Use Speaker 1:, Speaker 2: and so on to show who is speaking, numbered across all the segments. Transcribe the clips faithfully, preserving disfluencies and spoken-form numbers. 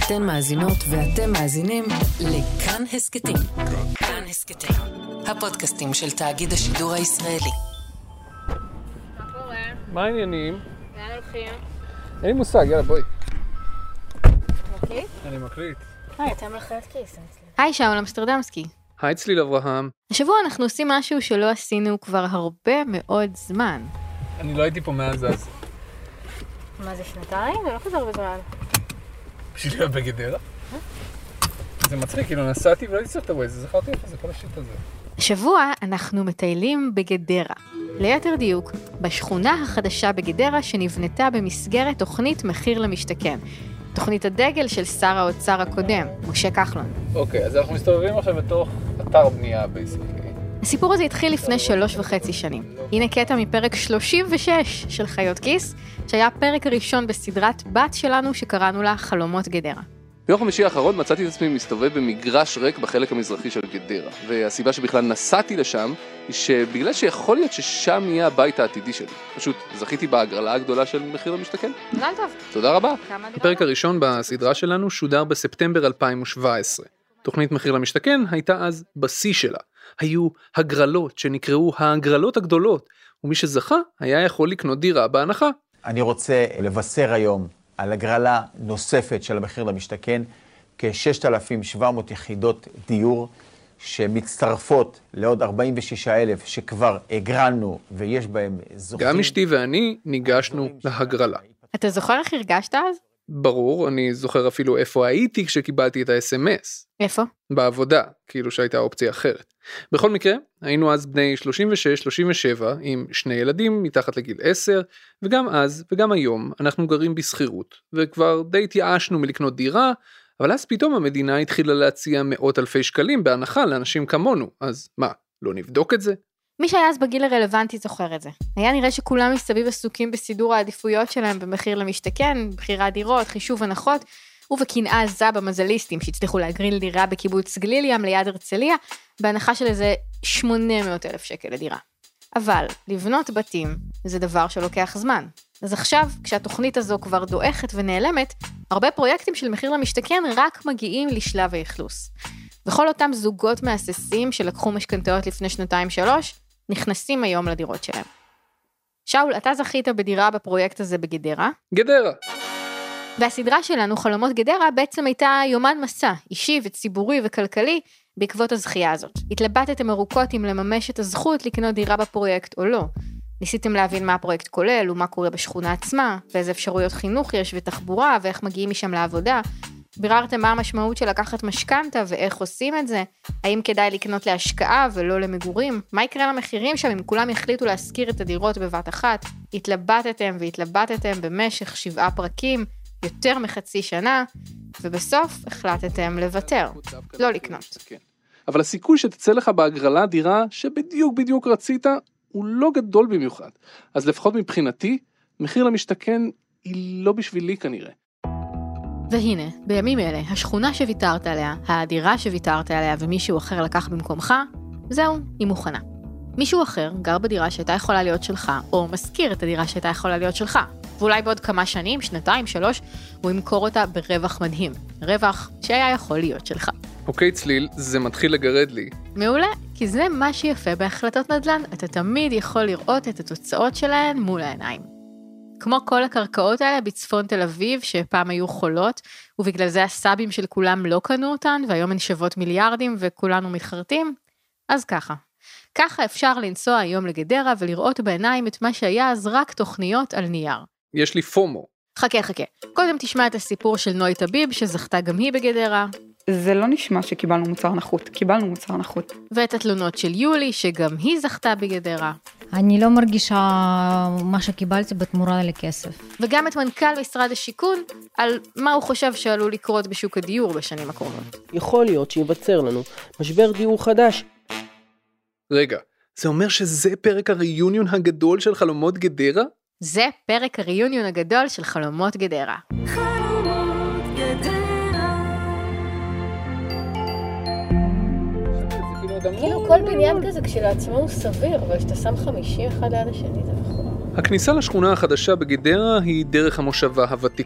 Speaker 1: אתן מאזינות ואתם מאזינים לכאן הסקטים. כאן הסקטים, הפודקאסטים של תאגיד השידור הישראלי.
Speaker 2: מה קורה?
Speaker 3: מה העניינים?
Speaker 2: לאן הולכים?
Speaker 3: אין לי מושג, יאללה בואי.
Speaker 2: מקליט?
Speaker 3: אני מקליט.
Speaker 2: היי, אתה מלכת כיס.
Speaker 4: היי, שאול אמסטרדמסקי.
Speaker 3: היי צליל אברהם.
Speaker 4: השבוע אנחנו עושים משהו שלא עשינו כבר הרבה מאוד זמן.
Speaker 3: אני לא הייתי פה מאז אז.
Speaker 2: מה זה, שנתיים? זה לא חזר בזמן.
Speaker 3: בשביל להיות בגדרה? זה מצחיק, כאילו נסעתי ולא הייתי צריך את הווייז, זכרתי איפה זה כל השיט הזה.
Speaker 4: השבוע אנחנו מטיילים בגדרה. ליתר דיוק, בשכונה החדשה בגדרה שנבנתה במסגרת תוכנית מחיר למשתכן. תוכנית הדגל של שר האוצר הקודם, משה כחלון.
Speaker 3: אוקיי, אז אנחנו מסתובבים עכשיו בתוך אתר בנייה בייסיקלי.
Speaker 4: הסיפור הזה התחיל לפני שלוש וחצי שנים. הנה קטע מפרק שלושים ושש של חיות כיס, שהיה הפרק הראשון בסדרת בת שלנו שקראנו לה חלומות גדרה.
Speaker 5: ביום חמישי האחרון מצאתי את עצמי מסתובב במגרש ריק בחלק המזרחי של גדרה, והסיבה שבכלל נסעתי לשם היא שבגלל שיכול להיות ששם יהיה הבית העתידי שלי. פשוט זכיתי בהגרלה הגדולה של מחיר למשתכן.
Speaker 4: מזל טוב.
Speaker 5: תודה רבה.
Speaker 3: הפרק הראשון בסדרה שלנו שודר בספטמבר אלפיים שבע עשרה. תוכנית מחיר למשתכן הייתה אז בשיא שלה. היו הגרלות שנקראו ההגרלות הגדולות, ומי שזכה היה יכול לקנות דירה בהנחה.
Speaker 6: אני רוצה לבשר היום על הגרלה נוספת של המחיר למשתכן, כ-ששת אלפים שבע מאות יחידות דיור שמצטרפות לעוד ארבעים ושישה אלף שכבר הגרלנו ויש בהם זוכים.
Speaker 3: גם אשתי ואני ניגשנו להגרלה.
Speaker 4: אתה זוכר איך הרגשת אז?
Speaker 3: ברור, אני זוכר אפילו איפה הייתי כשקיבלתי את ה-אס אם אס.
Speaker 4: איפה?
Speaker 3: בעבודה, כאילו שהייתה אופציה אחרת. בכל מקרה, היינו אז בני שלושים ושש שלושים ושבע עם שני ילדים מתחת לגיל עשר, וגם אז וגם היום אנחנו גרים בסחירות, וכבר די התייאשנו מלקנות דירה, אבל אז פתאום המדינה התחילה להציע מאות אלפי שקלים בהנחה לאנשים כמונו, אז מה, לא נבדוק את זה?
Speaker 4: מי שהיה אז בגיל הרלוונטי זוכר את זה. היה נראה שכולם מסביב עסוקים בסידור העדיפויות שלהם במחיר למשתכן, בחירת דירות, חישוב הנחות, ובקנאה עזה במזליסטים שהצליחו להגריל דירה בקיבוץ גליל ים ליד הרצליה, בהנחה של איזה שמונה מאות אלף שקל לדירה. אבל לבנות בתים זה דבר שלוקח זמן. אז עכשיו, כשהתוכנית הזו כבר דועכת ונעלמת, הרבה פרויקטים של מחיר למשתכן רק מגיעים לשלב האכלוס. וכל אותם זוגות מאססים שלקחו משכנתאות לפני שנתיים שלוש, נכנסים היום לדירות שלהם. שאול, אתה זכית בדירה בפרויקט הזה בגדרה?
Speaker 3: גדרה.
Speaker 4: והסדרה שלנו, חלומות גדרה, בעצם הייתה יומן מסע, אישי וציבורי וכלכלי, בעקבות הזכייה הזאת. התלבטתם ארוכות אם לממש את הזכות לקנות דירה בפרויקט או לא. ניסיתם להבין מה הפרויקט כולל, ומה קורה בשכונה עצמה, ואיזה אפשרויות חינוך יש ותחבורה, ואיך מגיעים משם לעבודה. ביררתם מה המשמעות של לקחת משכנתה ואיך עושים את זה, האם כדאי לקנות להשקעה ולא למגורים, מה יקרה למחירים שם אם כולם יחליטו להשכיר את הדירות בבת אחת, התלבטתם והתלבטתם במשך שבעה פרקים, יותר מחצי שנה, ובסוף החלטתם לוותר, לא לקנות.
Speaker 5: אבל הסיכוי שתצא לך בהגרלה דירה שבדיוק בדיוק רצית, הוא לא גדול במיוחד. אז לפחות מבחינתי, מחיר למשתכן היא לא בשבילי כנראה.
Speaker 4: והנה, בימים אלה, השכונה שוויתרת עליה, הדירה שוויתרת עליה ומישהו אחר לקח במקומך, זהו, היא מוכנה. מישהו אחר גר בדירה שהייתה יכולה להיות שלך, או מזכיר את הדירה שהייתה יכולה להיות שלך. ואולי בעוד כמה שנים, שנתיים, שלוש, הוא ימכור אותה ברווח מדהים. רווח שהיה יכול להיות שלך.
Speaker 3: אוקיי צליל, זה מתחיל לגרד לי.
Speaker 4: מעולה, כי זה מה שיפה בהחלטות נדל"ן. אתה תמיד יכול לראות את התוצאות שלהן מול העיניים. כמו כל הקרקעות האלה בצפון תל אביב, שפעם היו חולות, ובגלל זה הסאבים של כולם לא קנו אותן, והיום הן שוות מיליארדים וכולנו מתחרטים, אז ככה. ככה אפשר לנסוע היום לגדרה ולראות בעיניים את מה שהיה אז רק תוכניות על נייר.
Speaker 3: יש לי פומו.
Speaker 4: חכה, חכה. קודם תשמע את הסיפור של נוי טביב, שזכתה גם היא בגדרה.
Speaker 7: זה לא נשמע שקיבלנו מוצר נחות, קיבלנו מוצר נחות.
Speaker 4: ואת התלונות של יולי, שגם היא זכתה בגדרה.
Speaker 8: אני לא מרגישה מה שקיבלתי בתמורה לכסף.
Speaker 4: וגם את מנכ"ל משרד השיכון, על מה הוא חושב שעלול לקרות בשוק הדיור בשנים הקרובות.
Speaker 9: יכול להיות שיווצר לנו משבר דיור חדש.
Speaker 3: רגע, זה אומר שזה פרק הריוניון הגדול של חלומות גדרה?
Speaker 4: זה פרק הריוניון הגדול של חלומות גדרה.
Speaker 1: חלומות גדרה.
Speaker 2: כאילו כל בניין כזה כשלעצמו הוא סביר, אבל כשאתה שם חמישים אחד ליד השני זה נכון.
Speaker 3: הכניסה לשכונה החדשה בגדרה היא דרך המושבה הוותיקה.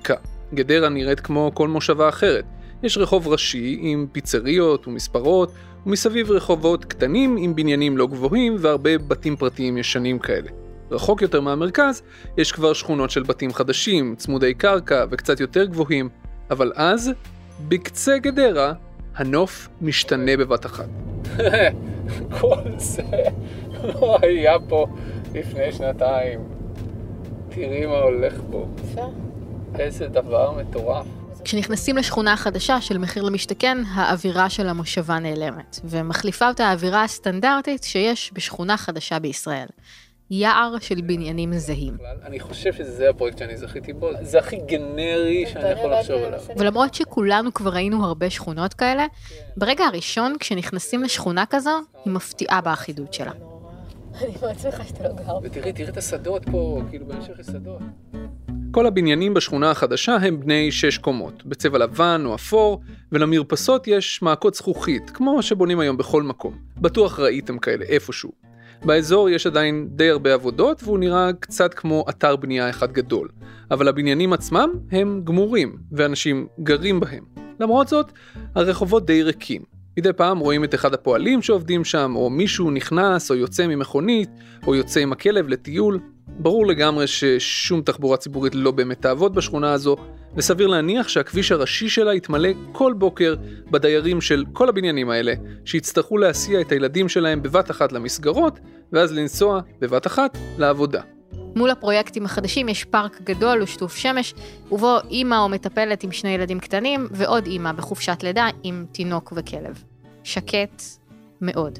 Speaker 3: גדרה נראית כמו כל מושבה אחרת. יש רחוב ראשי עם פיצריות ומספרות, ומסביב רחובות קטנים עם בניינים לא גבוהים והרבה בתים פרטיים ישנים כאלה. רחוק יותר מהמרכז יש כבר שכונות של בתים חדשים, צמודי קרקע וקצת יותר גבוהים, אבל אז, בקצה גדרה, הנוף משתנה בבת אחת.
Speaker 5: כל זה לא היה פה לפני שנתיים. תראי מה הולך פה. איזה דבר מטורף.
Speaker 4: כשנכנסים לשכונה החדשה של מחיר למשתכן, האווירה של המושבה נעלמת, ומחליפה אותה האווירה הסטנדרטית שיש בשכונה חדשה בישראל. יער של בניינים זהים.
Speaker 5: אני חושב שזה הפרויקט שאני זכיתי בו, זה הכי גנרי שאני יכול לחשוב עליו.
Speaker 4: ולמרות שכולנו כבר ראינו הרבה שכונות כאלה, ברגע הראשון כשנכנסים לשכונה כזו, היא מפתיעה באחידות שלה.
Speaker 2: אני מאוד שמחה שאתה לא גר.
Speaker 5: ותראי, תראי את השדות פה, כאילו במשך השדות.
Speaker 3: כל הבניינים בשכונה החדשה הם בני שש קומות, בצבע לבן או אפור, ולמרפסות יש מעקות זכוכית, כמו שבונים היום בכל מקום. בטוח ראיתם כאלה איפשהו. באזור יש עדיין די הרבה עבודות, והוא נראה קצת כמו אתר בנייה אחד גדול. אבל הבניינים עצמם הם גמורים, ואנשים גרים בהם. למרות זאת, הרחובות די ריקים. מדי פעם רואים את אחד הפועלים שעובדים שם, או מישהו נכנס או יוצא ממכונית, או יוצא עם הכלב לטיול. ברור לגמרי ששום תחבורה ציבורית לא באמת תעבוד בשכונה הזו, וסביר להניח שהכביש הראשי שלה יתמלא כל בוקר בדיירים של כל הבניינים האלה, שיצטרכו להסיע את הילדים שלהם בבת אחת למסגרות, ואז לנסוע בבת אחת לעבודה.
Speaker 4: מול הפרויקטים החדשים יש פארק גדול ושטוף שמש, ובו אמא או מטפלת עם שני ילדים קטנים, ועוד אמא בחופשת לידה עם תינוק וכלב. שקט מאוד.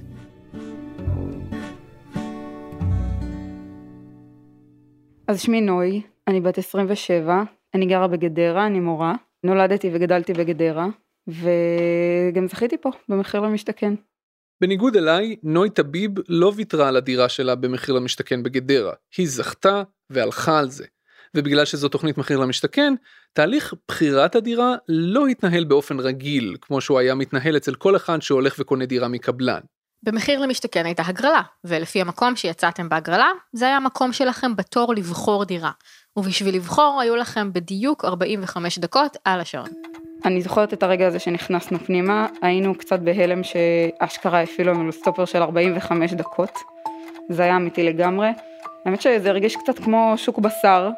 Speaker 7: אז שמי נוי, אני בת עשרים ושבע, אני גרה בגדרה, אני מורה, נולדתי וגדלתי בגדרה, וגם זכיתי פה במחיר למשתכן.
Speaker 3: בניגוד אליי, נוי טביב לא ויתרה על הדירה שלה במחיר למשתכן בגדרה. היא זכתה והלכה על זה. ובגלל שזו תוכנית מחיר למשתכן, תהליך בחירת הדירה לא התנהל באופן רגיל, כמו שהוא היה מתנהל אצל כל אחד שהולך וקונה דירה מקבלן.
Speaker 4: במחיר למשתכן הייתה הגרלה, ולפי המקום שיצאתם בהגרלה, זה היה המקום שלכם בתור לבחור דירה. ובשביל לבחור היו לכם בדיוק ארבעים וחמש דקות על השעון.
Speaker 7: אני זוכרת את הרגע הזה שנכנסנו פנימה, היינו קצת בהלם שאשכרה הפעילו לנו סטופר של ארבעים וחמש דקות. זה היה אמיתי לגמרי. האמת שזה הרגיש קצת כמו שוק בשר.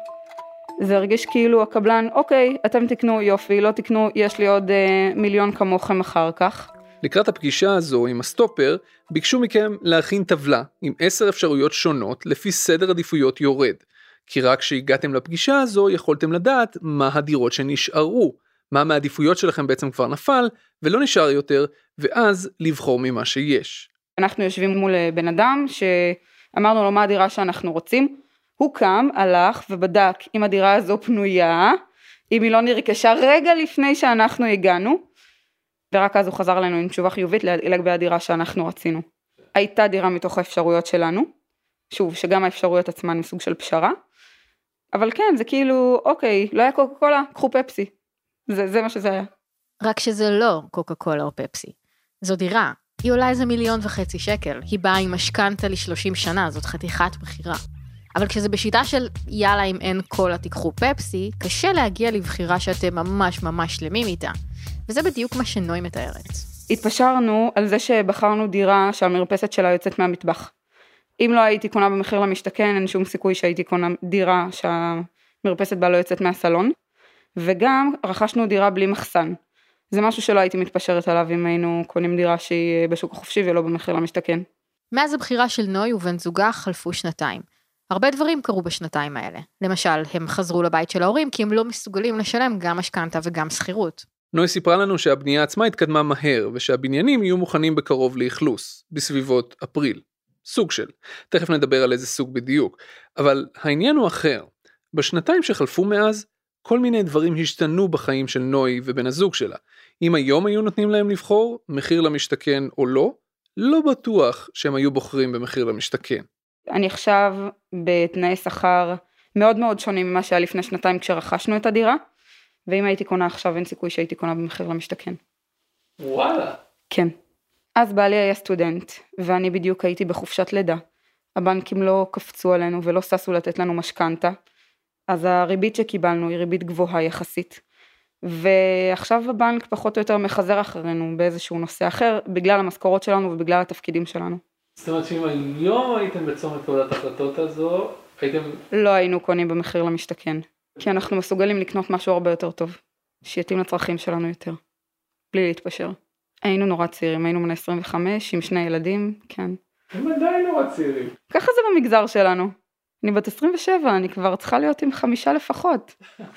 Speaker 7: זה הרגיש כאילו הקבלן, אוקיי, אתם תקנו יופי, לא תקנו, יש לי עוד אה, מיליון כמוכם אחר כך.
Speaker 3: לקראת הפגישה הזו עם הסטופר, ביקשו מכם להכין טבלה עם עשר אפשרויות שונות לפי סדר עדיפויות יורד. כי רק כשהגעתם לפגישה הזו יכולתם לדעת מה הדירות שנשארו, מה מהעדיפויות שלכם בעצם כבר נפל ולא נשאר יותר, ואז לבחור ממה שיש.
Speaker 7: אנחנו יושבים מול בן אדם שאמרנו לו מה הדירה שאנחנו רוצים, הוא קם, הלך ובדק אם הדירה הזו פנויה, אם היא לא נרכשה רגע לפני שאנחנו הגענו, ורק אז הוא חזר אלינו עם תשובה חיובית לגבי הדירה שאנחנו רצינו. הייתה דירה מתוך האפשרויות שלנו, שוב, שגם האפשרויות עצמן מסוג של פשרה, אבל כן, זה כאילו, אוקיי, לא היה קוקה קולה, קחו פפסי. זה, זה מה שזה היה.
Speaker 4: רק שזה לא קוקה קולה או פפסי. זו דירה. היא עולה איזה מיליון וחצי שקל. היא באה עם משכנתה ל-שלושים שנה, זאת חתיכת בחירה. אבל כשזה בשיטה של יאללה אם אין קולה תיקחו פפסי, קשה להגיע לבחירה שאתם ממש ממש שלמים איתה. וזה בדיוק מה שנוי מתארת.
Speaker 7: התפשרנו על זה שבחרנו דירה שהמרפסת שלה יוצאת מהמטבח. אם לא הייתי קונה במחיר למשתכן, אין שום סיכוי שהייתי קונה דירה שהמרפסת בה לא יוצאת מהסלון. וגם רכשנו דירה בלי מחסן. זה משהו שלא הייתי מתפשרת עליו אם היינו קונים דירה שהיא בשוק החופשי ולא במחיר למשתכן.
Speaker 4: מאז הבחירה של נוי ובן זוגה חלפו שנתיים. הרבה דברים קרו בשנתיים האלה. למשל, הם חזרו לבית של ההורים כי הם לא מסוגלים לשלם גם משכנתה וגם שכירות.
Speaker 3: נוי סיפרה לנו שהבנייה עצמה התקדמה מהר, ושהבניינים יהיו מוכנים בקרוב לאכלוס, בסביבות אפריל. סוג של. תכף נדבר על איזה סוג בדיוק. אבל העניין הוא אחר. בשנתיים שחלפו מאז, כל מיני דברים השתנו בחיים של נוי ובן הזוג שלה. אם היום היו נותנים להם לבחור, מחיר למשתכן או לא, לא בטוח שהם היו בוחרים במחיר למשתכן.
Speaker 7: אני עכשיו בתנאי שכר מאוד מאוד שונים ממה שהיה לפני שנתיים כשרכשנו את הדירה, ואם הייתי קונה עכשיו אין סיכוי שהייתי קונה במחיר למשתכן.
Speaker 5: וואלה.
Speaker 7: כן. אז בעלי היה סטודנט, ואני בדיוק הייתי בחופשת לידה. הבנקים לא קפצו עלינו ולא ססו לתת לנו משכנתה. אז הריבית שקיבלנו היא ריבית גבוהה יחסית. ועכשיו הבנק פחות או יותר מחזר אחרינו באיזשהו נושא אחר, בגלל המשכורות שלנו ובגלל התפקידים שלנו.
Speaker 3: זאת אומרת שאם היום הייתם בצומת קבלת החלטות הזו, הייתם...
Speaker 7: לא היינו קונים במחיר למשתכן, כי אנחנו מסוגלים לקנות משהו הרבה יותר טוב, שיתאים לצרכים שלנו יותר, בלי להתפשר. היינו נורא צעירים, היינו בני עשרים וחמש עם שני ילדים, כן.
Speaker 3: הם עדיין נורא צעירים.
Speaker 7: ככה זה במגזר שלנו. אני בת עשרים ושבע, אני כבר צריכה להיות עם חמישה לפחות.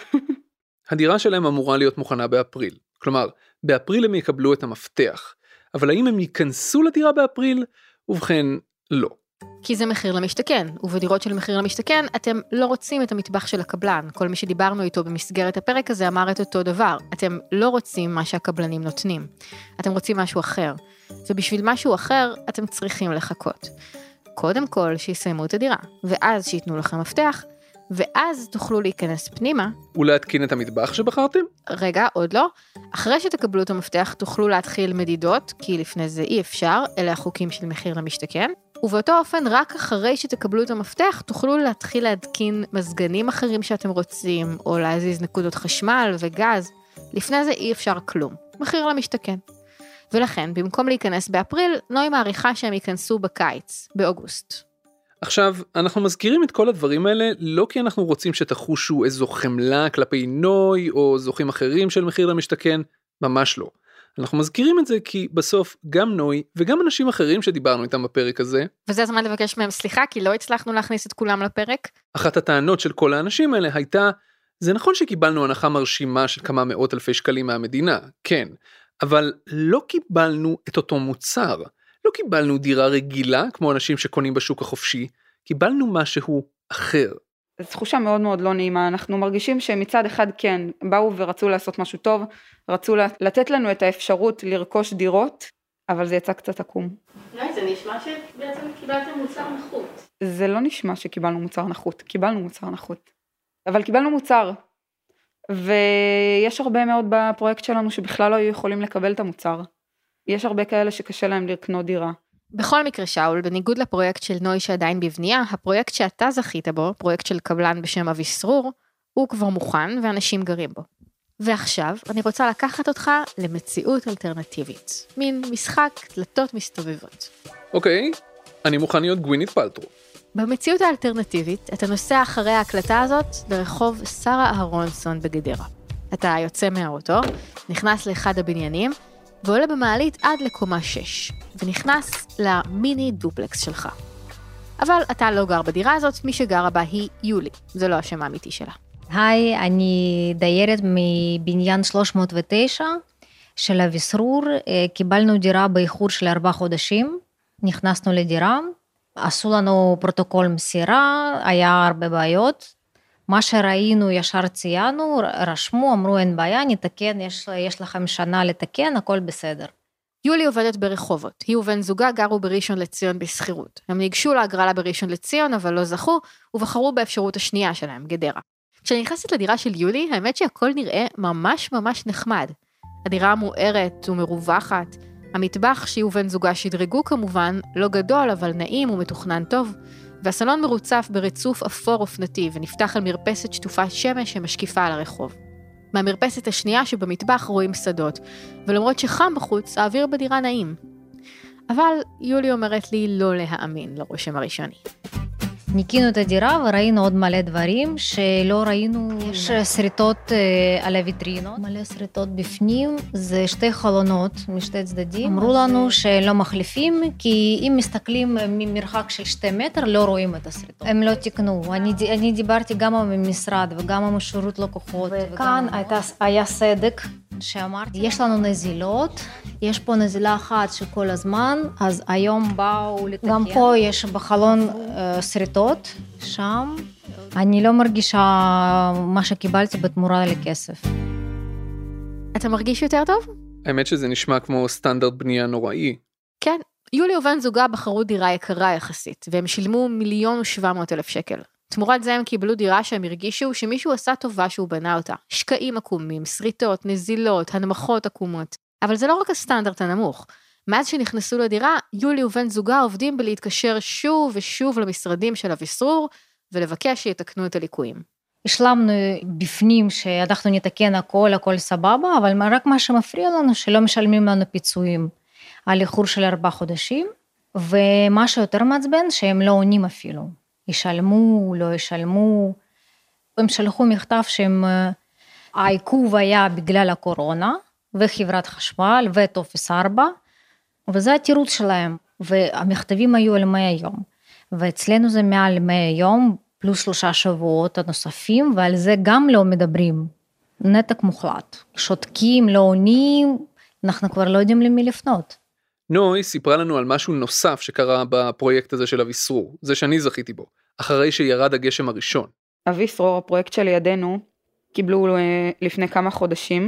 Speaker 3: הדירה שלהם אמורה להיות מוכנה באפריל. כלומר, באפריל הם יקבלו את המפתח. אבל האם הם ייכנסו לדירה באפריל? ובכן, לא.
Speaker 4: כי זה מחיר למשתכן, ובדירות של מחיר למשתכן אתם לא רוצים את המטבח של הקבלן. כל מי שדיברנו איתו במסגרת הפרק הזה אמר את אותו דבר. אתם לא רוצים מה שהקבלנים נותנים. אתם רוצים משהו אחר. ובשביל משהו אחר אתם צריכים לחכות. קודם כל שיסיימו את הדירה, ואז שיתנו לכם מפתח, ואז תוכלו להיכנס פנימה.
Speaker 3: ולהתקין את המטבח שבחרתם?
Speaker 4: רגע, עוד לא. אחרי שתקבלו את המפתח תוכלו להתחיל מדידות, כי לפני זה אי אפשר, אלה החוקים של מחיר למשתכן. ובאותו אופן, רק אחרי שתקבלו את המפתח, תוכלו להתחיל להתקין מזגנים אחרים שאתם רוצים, או להזיז נקודות חשמל וגז. לפני זה אי אפשר כלום. מחיר למשתכן. ולכן, במקום להיכנס באפריל, נוי מעריכה שהם ייכנסו בקיץ, באוגוסט.
Speaker 3: עכשיו, אנחנו מזכירים את כל הדברים האלה, לא כי אנחנו רוצים שתחושו איזו חמלה כלפי נוי, או זוכים אחרים של מחיר למשתכן, ממש לא. אנחנו מזכירים את זה כי בסוף גם נוי, וגם אנשים אחרים שדיברנו איתם בפרק הזה,
Speaker 4: וזה הזמן לבקש מהם סליחה, כי לא הצלחנו להכניס את כולם לפרק.
Speaker 3: אחת הטענות של כל האנשים האלה הייתה, זה נכון שקיבלנו הנחה מרשימה של כמה מאות אלפי שקלים מהמדינה, כן, אבל לא קיבלנו את אותו מוצר, לא קיבלנו דירה רגילה, כמו אנשים שקונים בשוק החופשי, קיבלנו משהו אחר.
Speaker 7: זו תחושה מאוד מאוד לא נעימה, אנחנו מרגישים שמצד אחד כן, באו ורצו לעשות משהו טוב, רצו לתת לנו את האפשרות לרכוש דירות, אבל זה יצא קצת עקום.
Speaker 2: לא, זה נשמע שבעצם קיבלתם מוצר נחות.
Speaker 7: זה לא נשמע שקיבלנו מוצר נחות, קיבלנו מוצר נחות, אבל קיבלנו מוצר, ויש הרבה מאוד בפרויקט שלנו שבכלל לא היו יכולים לקבל את המוצר. יש הרבה כאלה שקשה להם לקנות דירה.
Speaker 4: בכל מקרה, שאול, בניגוד לפרויקט של נוי שעדיין בבנייה, הפרויקט שאתה זכית בו, פרויקט של קבלן בשם אביסרור, הוא כבר מוכן ואנשים גרים בו. ועכשיו אני רוצה לקחת אותך למציאות אלטרנטיבית, מין משחק דלתות מסתובבות.
Speaker 3: אוקיי, אני מוכן להיות גווינית פלטרו.
Speaker 4: במציאות האלטרנטיבית, אתה נוסע אחרי ההקלטה הזאת לרחוב שרה אהרונסון בגדרה. אתה יוצא מהאוטו, נכנס לאחד הבניינים, ועולה במעלית עד לקומה שש, ונכנס למיני דופלקס שלך. אבל אתה לא גר בדירה הזאת, מי שגרה בה היא יולי, זה לא השם האמיתי שלה.
Speaker 8: היי, אני דיירת מבניין שלוש מאות ותשע של אביסרור, קיבלנו דירה באיחור של ארבעה חודשים, נכנסנו לדירה, עשו לנו פרוטוקול מסירה, היה הרבה בעיות, מה שראינו ישר ציינו, רשמו, אמרו אין בעיה, נתקן, יש, יש לכם שנה לתקן, הכל בסדר.
Speaker 4: יולי עובדת ברחובות, היא ובן זוגה גרו בראשון לציון בסחירות. הם ניגשו להגרלה בראשון לציון, אבל לא זכו, ובחרו באפשרות השנייה שלהם, גדרה. כשאני נכנסת לדירה של יולי, האמת שהכל נראה ממש ממש נחמד. הדירה מוארת ומרווחת, המטבח שהיא ובן זוגה שדרגו כמובן, לא גדול אבל נעים ומתוכנן טוב, והסלון מרוצף ברצוף אפור אופנתי ונפתח על מרפסת שטופת שמש שמשקיפה על הרחוב. מהמרפסת השנייה שבמטבח רואים שדות, ולמרות שחם בחוץ, האוויר בדירה נעים. אבל יולי אומרת לי לא להאמין לרושם הראשוני.
Speaker 8: ניקינו את הדירה וראינו עוד מלא דברים שלא ראינו. יש שריטות על הוויטרינות, מלא שריטות בפנים, זה שתי חלונות משתי צדדים. אמרו לנו שלא מחליפים, כי אם מסתכלים ממרחק של שתי מטר לא רואים את השריטות. הם לא תקנו, אני, אני דיברתי גם עם המשרד וגם עם שירות לקוחות. וכאן הייתה, היה סדק שאמרתי, יש לנו נזילות, יש פה נזילה אחת שכל הזמן, אז היום באו לתקן. גם פה יש בחלון שריטות, שם. אני לא מרגישה מה שקיבלתי בתמורה לכסף.
Speaker 4: אתה מרגיש יותר טוב?
Speaker 3: האמת שזה נשמע כמו סטנדרט בנייה נוראי.
Speaker 4: כן, יולי ובן זוגה בחרו דירה יקרה יחסית, והם שילמו מיליון ושבע מאות אלף שקל. תמורת זה הם קיבלו דירה שהם הרגישו שמישהו עשה טובה שהוא בנה אותה. שקעים עקומים, שריטות, נזילות, הנמכות עקומות. אבל זה לא רק הסטנדרט הנמוך. מאז שנכנסו לדירה, יולי ובן זוגה עובדים בלהתקשר שוב ושוב למשרדים של אביסרור, ולבקש שיתקנו את הליקויים.
Speaker 8: השלמנו בפנים שאנחנו נתקן הכל, הכל סבבה, אבל רק מה שמפריע לנו שלא משלמים לנו פיצויים על איחור של ארבעה חודשים, ומה שיותר מעצבן שהם לא עונים אפילו, ישלמו, לא ישלמו, הם שלחו מכתב שהם, העיכוב היה בגלל הקורונה, וחברת חשמל וטופס ארבע, וזה התירוץ שלהם, והמכתבים היו על מאה יום, ואצלנו זה מעל מאה יום, פלוס שלושה שבועות הנוספים, ועל זה גם לא מדברים, נתק מוחלט, שותקים, לא עונים, אנחנו כבר לא יודעים למי לפנות.
Speaker 3: נוי סיפרה לנו על משהו נוסף שקרה בפרויקט הזה של אביסרור, זה שאני זכיתי בו, אחרי שירד הגשם הראשון.
Speaker 7: אביסרור, הפרויקט שלידינו, קיבלו לפני כמה חודשים,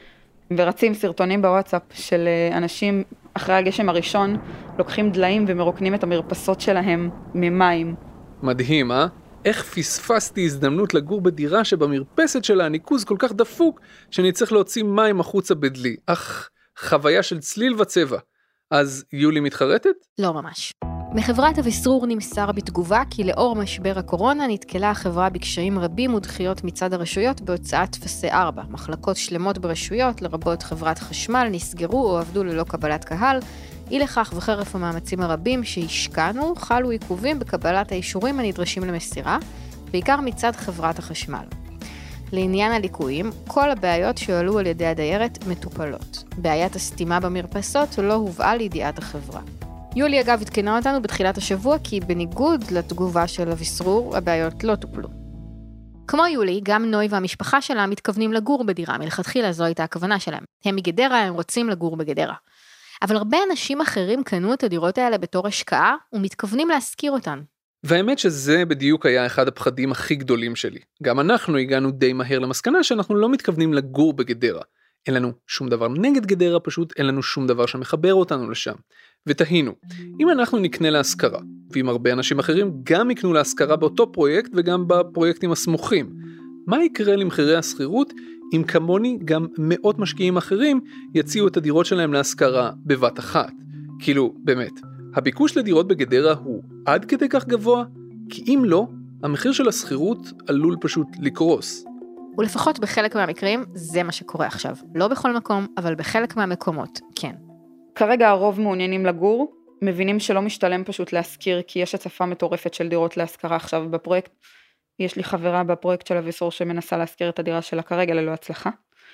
Speaker 7: ורצים סרטונים בוואטסאפ של אנשים אחרי הגשם הראשון, לוקחים דליים ומרוקנים את המרפסות שלהם ממים.
Speaker 3: מדהים, אה? איך פספסתי הזדמנות לגור בדירה שבמרפסת שלה הניקוז כל כך דפוק, שאני צריך להוציא מים החוצה בדלי. אך, חוויה של צליל וצבע. אז יולי מתחרטת?
Speaker 4: לא ממש. מחברת אביסרור נמסר בתגובה כי לאור משבר הקורונה נתקלה החברה בקשיים רבים ודחיות מצד הרשויות בהוצאת טפסי ארבע. מחלקות שלמות ברשויות, לרבות חברת חשמל, נסגרו או עבדו ללא קבלת קהל. אי לכך וחרף המאמצים הרבים שהשקענו, חלו עיכובים בקבלת האישורים הנדרשים למסירה, בעיקר מצד חברת החשמל. לעניין הליקויים, כל הבעיות שהועלו על ידי הדיירת מטופלות. בעיית הסתימה במרפסות לא הובאה לידיעת החברה. יולי אגב התקנה אותנו בתחילת השבוע כי בניגוד לתגובה של אביסרור, הבעיות לא טופלו. כמו יולי, גם נוי והמשפחה שלה מתכוונים לגור בדירה, מלכתחילה זו הייתה הכוונה שלהם. הם מגדרה, הם רוצים לגור בגדרה. אבל הרבה אנשים אחרים קנו את הדירות האלה בתור השקעה ומתכוונים להשכיר אותן.
Speaker 3: והאמת שזה בדיוק היה אחד הפחדים הכי גדולים שלי. גם אנחנו הגענו די מהר למסקנה שאנחנו לא מתכוונים לגור בגדרה. אין לנו שום דבר נגד גדרה, פשוט אין לנו שום דבר שמחבר אותנו לשם. ותהינו, אם אנחנו נקנה להשכרה, ואם הרבה אנשים אחרים גם יקנו להשכרה באותו פרויקט וגם בפרויקטים הסמוכים, מה יקרה למחירי השכירות אם כמוני גם מאות משקיעים אחרים יציעו את הדירות שלהם להשכרה בבת אחת? כאילו, באמת, הביקוש לדירות בגדרה הוא עד כדי כך גבוה? כי אם לא, המחיר של השכירות עלול פשוט לקרוס.
Speaker 4: ולפחות בחלק מהמקרים זה מה שקורה עכשיו. לא בכל מקום, אבל בחלק מהמקומות, כן.
Speaker 7: כרגע הרוב מעוניינים לגור, מבינים שלא משתלם פשוט להשכיר, כי יש הצפה מטורפת של דירות להשכרה עכשיו בפרויקט. יש לי חברה בפרויקט של אביסרור שמנסה להשכיר את הדירה שלה כרגע ללא הצלחה.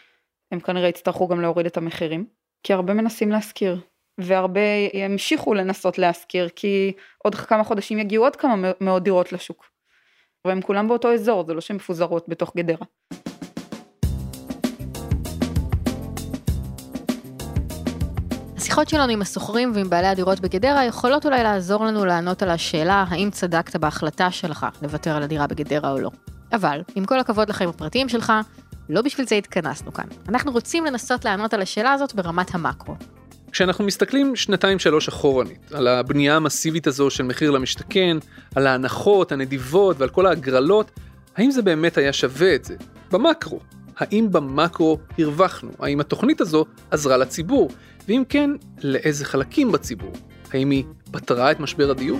Speaker 7: הם כנראה יצטרכו גם להוריד את המחירים, כי הרבה מנסים להשכיר, והרבה ימשיכו לנסות להשכיר, כי עוד כמה חודשים יגיעו עוד כמה מאות דירות לשוק. והם כולם באותו אזור, זה לא שהן מפוזרות בתוך גדרה.
Speaker 4: השיחות שלנו עם הסוחרים ועם בעלי הדירות בגדרה יכולות אולי לעזור לנו לענות על השאלה האם צדקת בהחלטה שלך לוותר על הדירה בגדרה או לא. אבל, עם כל הכבוד לחיים הפרטיים שלך, לא בשביל זה התכנסנו כאן. אנחנו רוצים לנסות לענות על השאלה הזאת ברמת המקרו.
Speaker 3: כשאנחנו מסתכלים שנתיים שלוש אחורנית, על הבנייה המסיבית הזו של מחיר למשתכן, על ההנחות, הנדיבות ועל כל ההגרלות, האם זה באמת היה שווה את זה? במקרו. האם במקרו הרווחנו? האם התוכנית הזו עזרה לציבור? ואם כן, לאיזה חלקים בציבור? האם היא פתרה את משבר הדיור?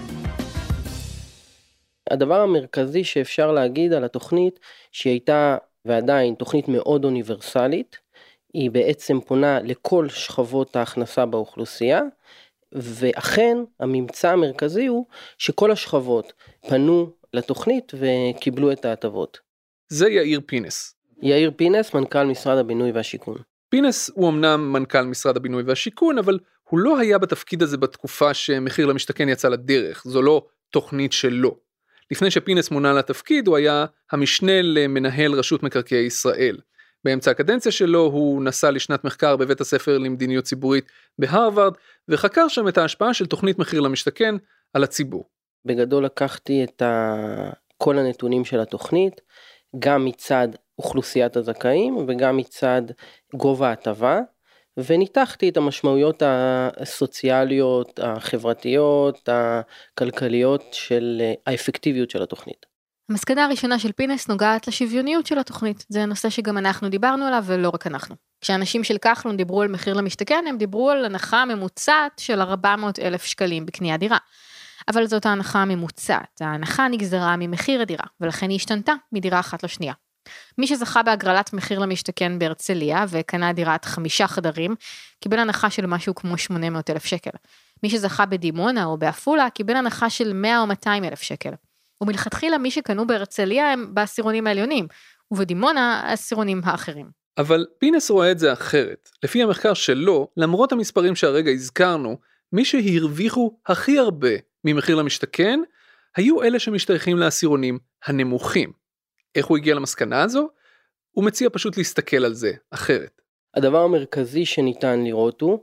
Speaker 9: הדבר המרכזי שאפשר להגיד על התוכנית, שהיא הייתה ועדיין תוכנית מאוד אוניברסלית, היא בעצם פונה לכל שכבות ההכנסה באוכלוסייה, ואכן הממצא המרכזי הוא שכל השכבות פנו לתוכנית וקיבלו את ההטבות.
Speaker 3: זה יאיר פינס.
Speaker 9: יאיר פינס, מנכ"ל משרד הבינוי והשיכון.
Speaker 3: פינס הוא אמנם מנכ"ל משרד הבינוי והשיכון, אבל הוא לא היה בתפקיד הזה בתקופה שמחיר למשתכן יצא לדרך, זו לא תוכנית שלו. לפני שפינס מונה לתפקיד, הוא היה המשנה למנהל רשות מקרקעי ישראל. באמצע הקדנציה שלו הוא נסע לשנת מחקר בבית הספר למדיניות ציבורית בהרווארד, וחקר שם את ההשפעה של תוכנית מחיר למשתכן על הציבור.
Speaker 9: בגדול לקחתי את כל הנתונים של התוכנית, גם מצד אוכלוסיית הזכאים וגם מצד גובה ההטבה, וניתחתי את המשמעויות הסוציאליות, החברתיות, הכלכליות של האפקטיביות של התוכנית.
Speaker 4: המסקנה הראשונה של פינס נוגעת לשוויוניות של התוכנית. זה נושא שגם אנחנו דיברנו עליו ולא רק אנחנו. כשאנשים של כחלון דיברו על מחיר למשתכן, הם דיברו על הנחה ממוצעת של ארבע מאות אלף שקלים בקניית דירה. אבל זאת ההנחה הממוצעת. ההנחה נגזרה ממחיר הדירה, ולכן היא השתנתה מדירה אחת לשנייה. מי שזכה בהגרלת מחיר למשתכן בהרצליה וקנה דירת חמישה חדרים, קיבל הנחה של משהו כמו שמונה מאות אלף שקל. מי שזכה בדימונה או באפולה, קיבל הנחה של מאה או מאתיים אלף שקל. ומלכתחילה מי שקנו בהרצליה הם בעשירונים העליונים, ובדימונה העשירונים האחרים.
Speaker 3: אבל פינס רואה את זה אחרת. לפי המחקר שלו, למרות המספרים שהרגע הזכרנו, מי שהרוויחו הכי הרבה ממחיר למשתכן, היו אלה שמשתייכים לעשירונים הנמוכים. איך הוא הגיע למסקנה הזו? הוא מציע פשוט להסתכל על זה אחרת.
Speaker 9: הדבר המרכזי שניתן לראות הוא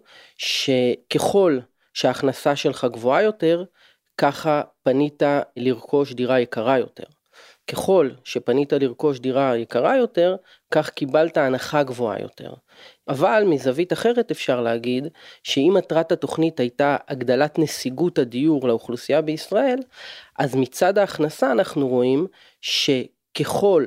Speaker 9: שככל שההכנסה שלך גבוהה יותר, ככה פנית לרכוש דירה יקרה יותר. ככל שפנית לרכוש דירה יקרה יותר, כך קיבלת הנחה גבוהה יותר. אבל מזווית אחרת אפשר להגיד, שאם מטרת התוכנית הייתה הגדלת נסיגות הדיור לאוכלוסייה בישראל, אז מצד ההכנסה אנחנו רואים שככל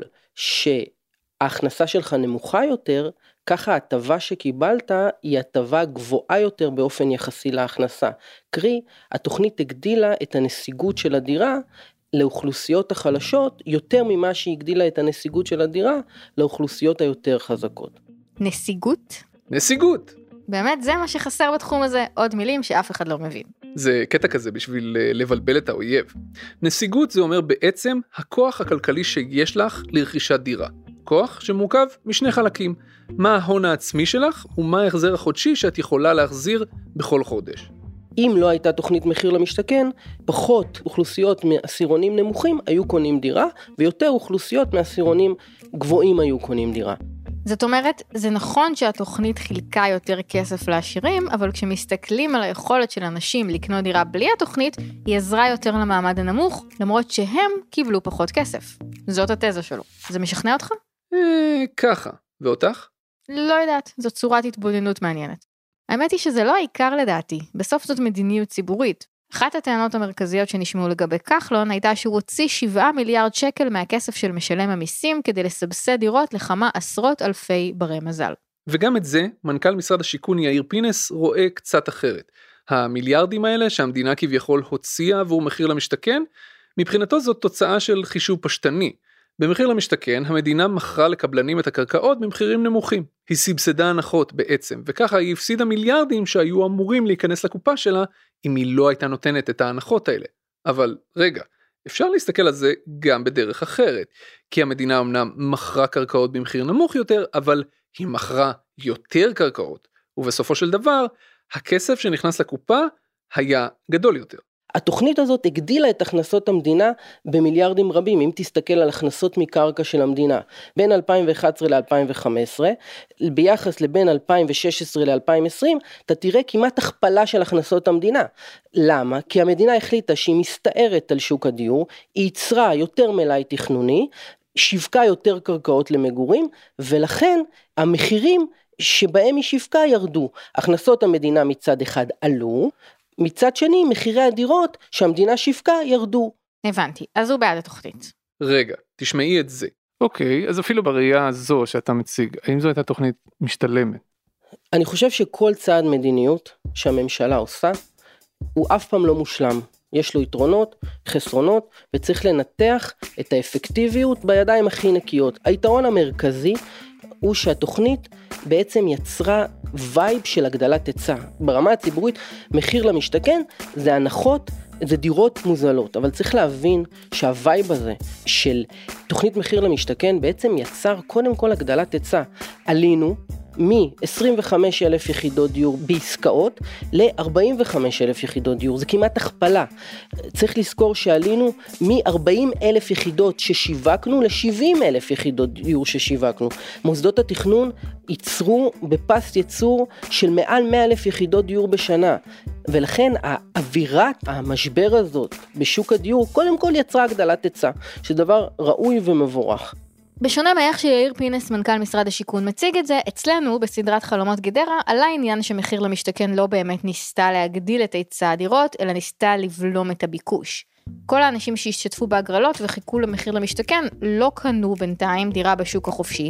Speaker 9: שההכנסה שלך נמוכה יותר, ככה ההטבה שקיבלת היא הטבה גבוהה יותר באופן יחסי להכנסה. קרי, התוכנית הגדילה את הנסיגות של הדירה, לאוכלוסיות החלשות יותר ממה שהגדילה את הנסיגות של הדירה לאוכלוסיות היותר חזקות.
Speaker 4: נסיגות?
Speaker 3: נסיגות.
Speaker 4: באמת זה מה שחסר בתחום הזה, עוד מילים שאף אחד לא מבין.
Speaker 3: זה קטע כזה בשביל לבלבל את האויב. נסיגות זה אומר בעצם הכוח הכלכלי שיש לך לרכישת דירה. כוח שמורכב משני חלקים. מה ההון העצמי שלך ומה ההחזר החודשי שאת יכולה להחזיר בכל חודש.
Speaker 9: אם לא הייתה תוכנית מחיר למשתכן, פחות אוכלוסיות מעשירונים נמוכים היו קונים דירה, ויותר אוכלוסיות מעשירונים גבוהים היו קונים דירה.
Speaker 4: זאת אומרת, זה נכון שהתוכנית חילקה יותר כסף לעשירים, אבל כשמסתכלים על היכולת של אנשים לקנות דירה בלי התוכנית, היא עזרה יותר למעמד הנמוך, למרות שהם קיבלו פחות כסף. זאת התזה שלו. זה משכנע אותך?
Speaker 3: אה, ככה. ואותך?
Speaker 4: לא יודעת, זאת צורת התבוננות מעניינת. האמת היא שזה לא העיקר לדעתי, בסוף זאת מדיניות ציבורית. אחת הטענות המרכזיות שנשמעו לגבי כחלון הייתה שהוא הוציא שבעה מיליארד שקל מהכסף של משלם המיסים כדי לסבסד דירות לכמה עשרות אלפי ברי מזל.
Speaker 3: וגם את זה, מנכ"ל משרד השיכון יאיר פינס רואה קצת אחרת. המיליארדים האלה שהמדינה כביכול הוציאה עבור מחיר למשתכן, מבחינתו זאת תוצאה של חישוב פשטני. במחיר למשתכן, המדינה מכרה לקבלנים את הקרקעות במחירים נמוכים. היא סבסדה הנחות בעצם, וככה היא הפסידה מיליארדים שהיו אמורים להיכנס לקופה שלה, אם היא לא הייתה נותנת את ההנחות האלה. אבל רגע, אפשר להסתכל על זה גם בדרך אחרת, כי המדינה אמנם מכרה קרקעות במחיר נמוך יותר, אבל היא מכרה יותר קרקעות, ובסופו של דבר, הכסף שנכנס לקופה היה גדול יותר.
Speaker 9: התוכנית הזאת הגדילה את הכנסות המדינה במיליארדים רבים, אם תסתכל על הכנסות מקרקע של המדינה, בין אלפיים ואחת עשרה ל-אלפיים וחמש עשרה, ביחס לבין אלפיים ושש עשרה ל-אלפיים ועשרים, אתה תראה כמעט הכפלה של הכנסות המדינה. למה? כי המדינה החליטה שהיא מסתערת על שוק הדיור, היא ייצרה יותר מלאי תכנוני, שיווקה יותר קרקעות למגורים, ולכן המחירים שבהם היא שיווקה ירדו. הכנסות המדינה מצד אחד עלו, מצד שני, מחירי הדירות שהמדינה שיווקה ירדו.
Speaker 4: הבנתי, אז הוא בעד התוכנית.
Speaker 3: רגע, תשמעי את זה. אוקיי, אז אפילו בראייה הזו שאתה מציג, האם זו הייתה תוכנית משתלמת?
Speaker 9: אני חושב שכל צעד מדיניות שהממשלה עושה, הוא אף פעם לא מושלם. יש לו יתרונות, חסרונות, וצריך לנתח את האפקטיביות בידיים הכי נקיות. היתרון המרכזי הוא שהתוכנית בעצם יצרה וייב של הגדלת היצע. ברמה הציבורית, מחיר למשתכן זה הנחות, זה דירות מוזלות, אבל צריך להבין שהווייב הזה של תוכנית מחיר למשתכן בעצם יצר קודם כל הגדלת היצע. עלינו מ-עשרים וחמישה אלף יחידות דיור בעסקאות ל-ארבעים וחמישה אלף יחידות דיור, זה כמעט הכפלה. צריך לזכור שעלינו מ-ארבעים אלף יחידות ששיווקנו ל-שבעים אלף יחידות דיור ששיווקנו. מוסדות התכנון ייצרו בפס ייצור של מעל מאה אלף יחידות דיור בשנה, ולכן האווירת המשבר הזאת בשוק הדיור קודם כל יצרה הגדלת היצע, שדבר ראוי ומבורך.
Speaker 4: בשונה מאיך שיאיר פינס, מנכ"ל משרד השיכון, מציג את זה, אצלנו בסדרת חלומות גדרה עלה עניין שמחיר למשתכן לא באמת ניסתה להגדיל את היצע הדירות, אלא ניסתה לבלום את הביקוש. כל האנשים שהשתתפו בהגרלות וחיכו למחיר למשתכן לא קנו בינתיים דירה בשוק החופשי,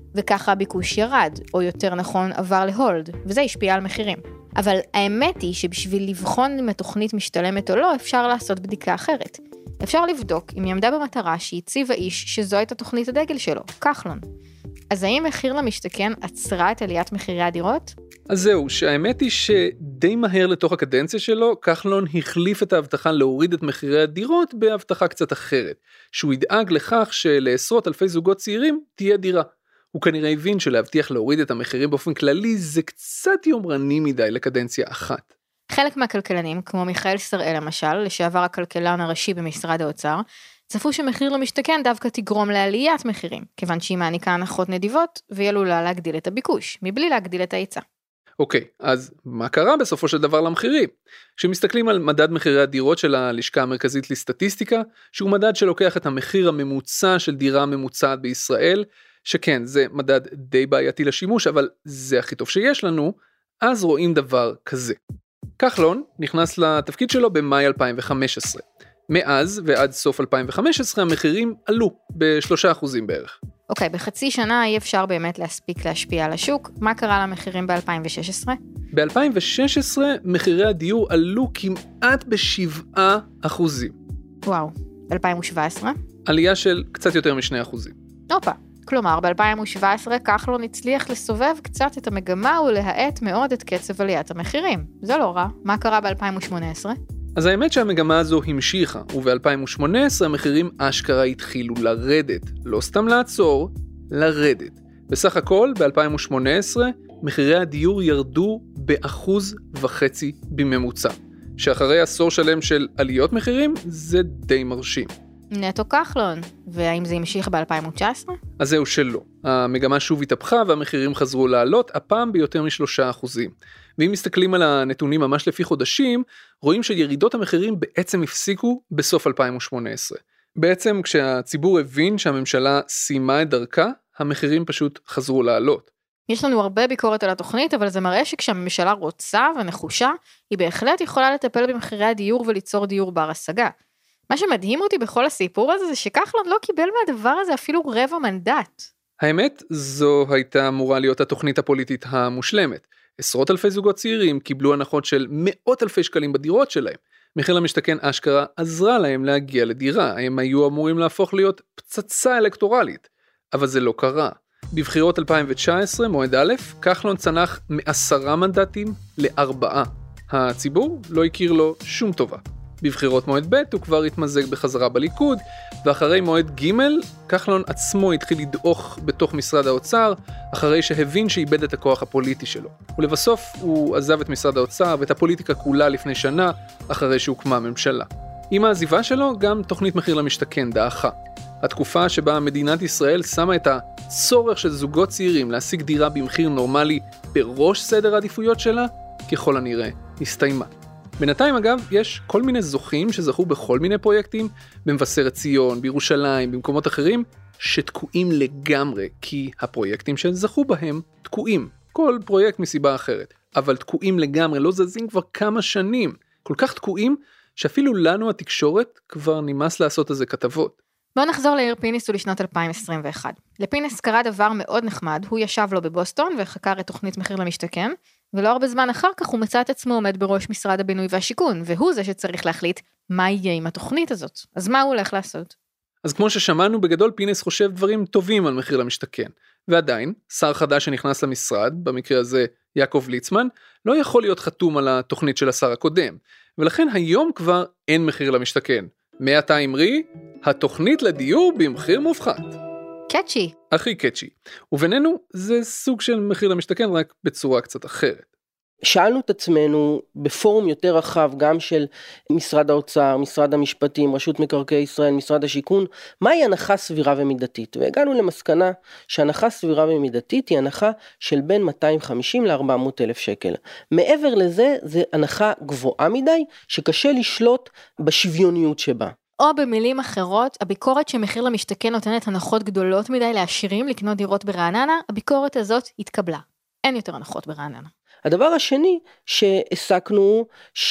Speaker 4: וככה הביקוש ירד, או יותר נכון עבר להולד, וזה השפיע על מחירים. אבל האמת היא שבשביל לבחון אם התוכנית משתלמת או לא, אפשר לעשות בדיקה אחרת. אפשר לבדוק אם היא עמדה במטרה שהציב האיש שזו הייתה תוכנית הדגל שלו, כחלון. אז האם מחיר למשתכן עצרה את עליית מחירי הדירות?
Speaker 3: אז זהו, שהאמת היא שדי מהר לתוך הקדנציה שלו, כחלון החליף את ההבטחה להוריד את מחירי הדירות בהבטחה קצת אחרת, שהוא ידאג לכך שלעשרות אלפי זוגות צעירים תהיה דירה. הוא כנראה הבין שלהבטיח להוריד את המחירים באופן כללי זה קצת יומרני מדי לקדנציה אחת.
Speaker 4: חלק מהכלכלנים, כמו מיכאל שראל למשל, לשעבר הכלכלן הראשי במשרד האוצר, צפו שמחיר למשתכן דווקא תגרום לעליית מחירים, כיוון שהיא מעניקה הנחות נדיבות, וילולה להגדיל את הביקוש, מבלי להגדיל את ההיצע.
Speaker 3: אוקיי, אז מה קרה בסופו של דבר למחירים? כשמסתכלים על מדד מחירי הדירות של הלשכה המרכזית לסטטיסטיקה, שהוא מדד שלוקח את המחיר הממוצע של דירה ממוצעת בישראל, שכן, זה מדד די בעייתי לשימוש, אבל זה הכי טוב שיש לנו, אז רואים דבר כזה. כחלון נכנס לתפקיד שלו במאי אלפיים וחמש עשרה. מאז ועד סוף אלפיים וחמש עשרה המחירים עלו בשלושה אחוזים בערך.
Speaker 4: אוקיי, בחצי שנה אי אפשר באמת להספיק להשפיע על השוק. מה קרה למחירים ב-אלפיים ושש עשרה?
Speaker 3: ב-אלפיים ושש עשרה מחירי הדיור עלו כמעט בשבעה אחוזים.
Speaker 4: וואו, אלפיים ושבע עשרה?
Speaker 3: עלייה של קצת יותר משני אחוזים.
Speaker 4: אופה, כלומר ב-אלפיים ושבע עשרה כחלון הצליח לסובב קצת את המגמה ולהאט מאוד את קצב עליית המחירים. זה לא רע. מה קרה ב-אלפיים ושמונה עשרה?
Speaker 3: אז האמת שהמגמה הזו המשיכה, וב-אלפיים ושמונה עשרה המחירים אשכרה התחילו לרדת. לא סתם לעצור, לרדת. בסך הכל, ב-אלפיים ושמונה עשרה, מחירי הדיור ירדו באחוז וחצי בממוצע. שאחרי עשור שלם של עליות מחירים, זה די מרשים.
Speaker 4: נטו כחלון, והאם זה המשיך ב-אלפיים ותשע עשרה?
Speaker 3: אז זהו שלא. המגמה שוב התהפכה והמחירים חזרו לעלות, הפעם ביותר משלושה אחוזים. ואם מסתכלים על הנתונים ממש לפי חודשים, רואים שירידות המחירים בעצם הפסיקו בסוף אלפיים ושמונה עשרה. בעצם כשהציבור הבין שהממשלה סיימה את דרכה, המחירים פשוט חזרו לעלות.
Speaker 4: יש לנו הרבה ביקורת על התוכנית, אבל זה מראה שכשהממשלה רוצה ונחושה, היא בהחלט יכולה לטפל במחירי הדיור וליצור דיור בר השגה. מה שמדהים אותי בכל הסיפור הזה, זה שכחלון לא קיבל מהדבר הזה אפילו רבע מנדט.
Speaker 3: האמת, זו הייתה אמורה להיות התוכנית הפוליטית המושלמת. עשרות אלפי זוגות צעירים קיבלו הנחות של מאות אלפי שקלים בדירות שלהם. מחיר למשתכן אשכרה עזרה להם להגיע לדירה, הם היו אמורים להפוך להיות פצצה אלקטורלית. אבל זה לא קרה. בבחירות אלפיים ותשע עשרה, מועד א', כחלון צנח מעשרה מנדטים לארבעה. הציבור לא הכיר לו שום טובה. בבחירות מועד ב' הוא כבר התמזג בחזרה בליכוד, ואחרי מועד ג' כחלון עצמו התחיל לדעוך בתוך משרד האוצר, אחרי שהבין שאיבד את הכוח הפוליטי שלו. ולבסוף הוא עזב את משרד האוצר ואת הפוליטיקה כולה לפני שנה, אחרי שהוקמה ממשלה. עם העזיבה שלו גם תוכנית מחיר למשתכן דעכה. התקופה שבה מדינת ישראל שמה את הצורך של זוגות צעירים להשיג דירה במחיר נורמלי בראש סדר העדיפויות שלה, ככל הנראה הסתיימה. בינתיים אגב יש כל מיני זוכים שזכו בכל מיני פרויקטים, במבשרת ציון, בירושלים, במקומות אחרים, שתקועים לגמרי, כי הפרויקטים שזכו בהם תקועים. כל פרויקט מסיבה אחרת, אבל תקועים לגמרי, לא זזים כבר כמה שנים. כל כך תקועים, שאפילו לנו התקשורת כבר נמאס לעשות איזה כתבות.
Speaker 4: בואו נחזור לעיר פינס ולשנת אלפיים עשרים ואחת. לפינס קרה דבר מאוד נחמד, הוא ישב לו בבוסטון וחקר את תוכנית מחיר למשתכן, ולא הרבה זמן אחר כך הוא מצא את עצמו עומד בראש משרד הבינוי והשיכון, והוא זה שצריך להחליט מה יהיה עם התוכנית הזאת. אז מה הוא הולך לעשות?
Speaker 3: אז כמו ששמענו, בגדול פינס חושב דברים טובים על מחיר למשתכן, ועדיין, שר חדש שנכנס למשרד, במקרה הזה יעקב ליצמן, לא יכול להיות חתום על התוכנית של השר הקודם, ולכן היום כבר אין מחיר למשתכן. מעתה אמרי, התוכנית לדיור במחיר מופחת.
Speaker 4: קאצ'י.
Speaker 3: הכי קאצ'י. ובינינו זה סוג של מחיר למשתכן רק בצורה קצת אחרת.
Speaker 9: שאלנו את עצמנו בפורום יותר רחב, גם של משרד האוצר, משרד המשפטים, רשות מקרקעי ישראל, משרד השיכון, מהי הנחה סבירה ומידתית? והגענו למסקנה שהנחה סבירה ומידתית היא הנחה של בין מאתיים וחמישים ל-ארבע מאות אלף שקל. מעבר לזה, זה הנחה גבוהה מדי, שקשה לשלוט בשוויוניות שבה.
Speaker 4: או במילים אחרות, הביקורת שמחיר למשתכן נותנת הנחות גדולות מדי לעשירים לקנות דירות ברעננה, הביקורת הזאת התקבלה. אין יותר הנחות ברעננה.
Speaker 9: הדבר השני שהסקנו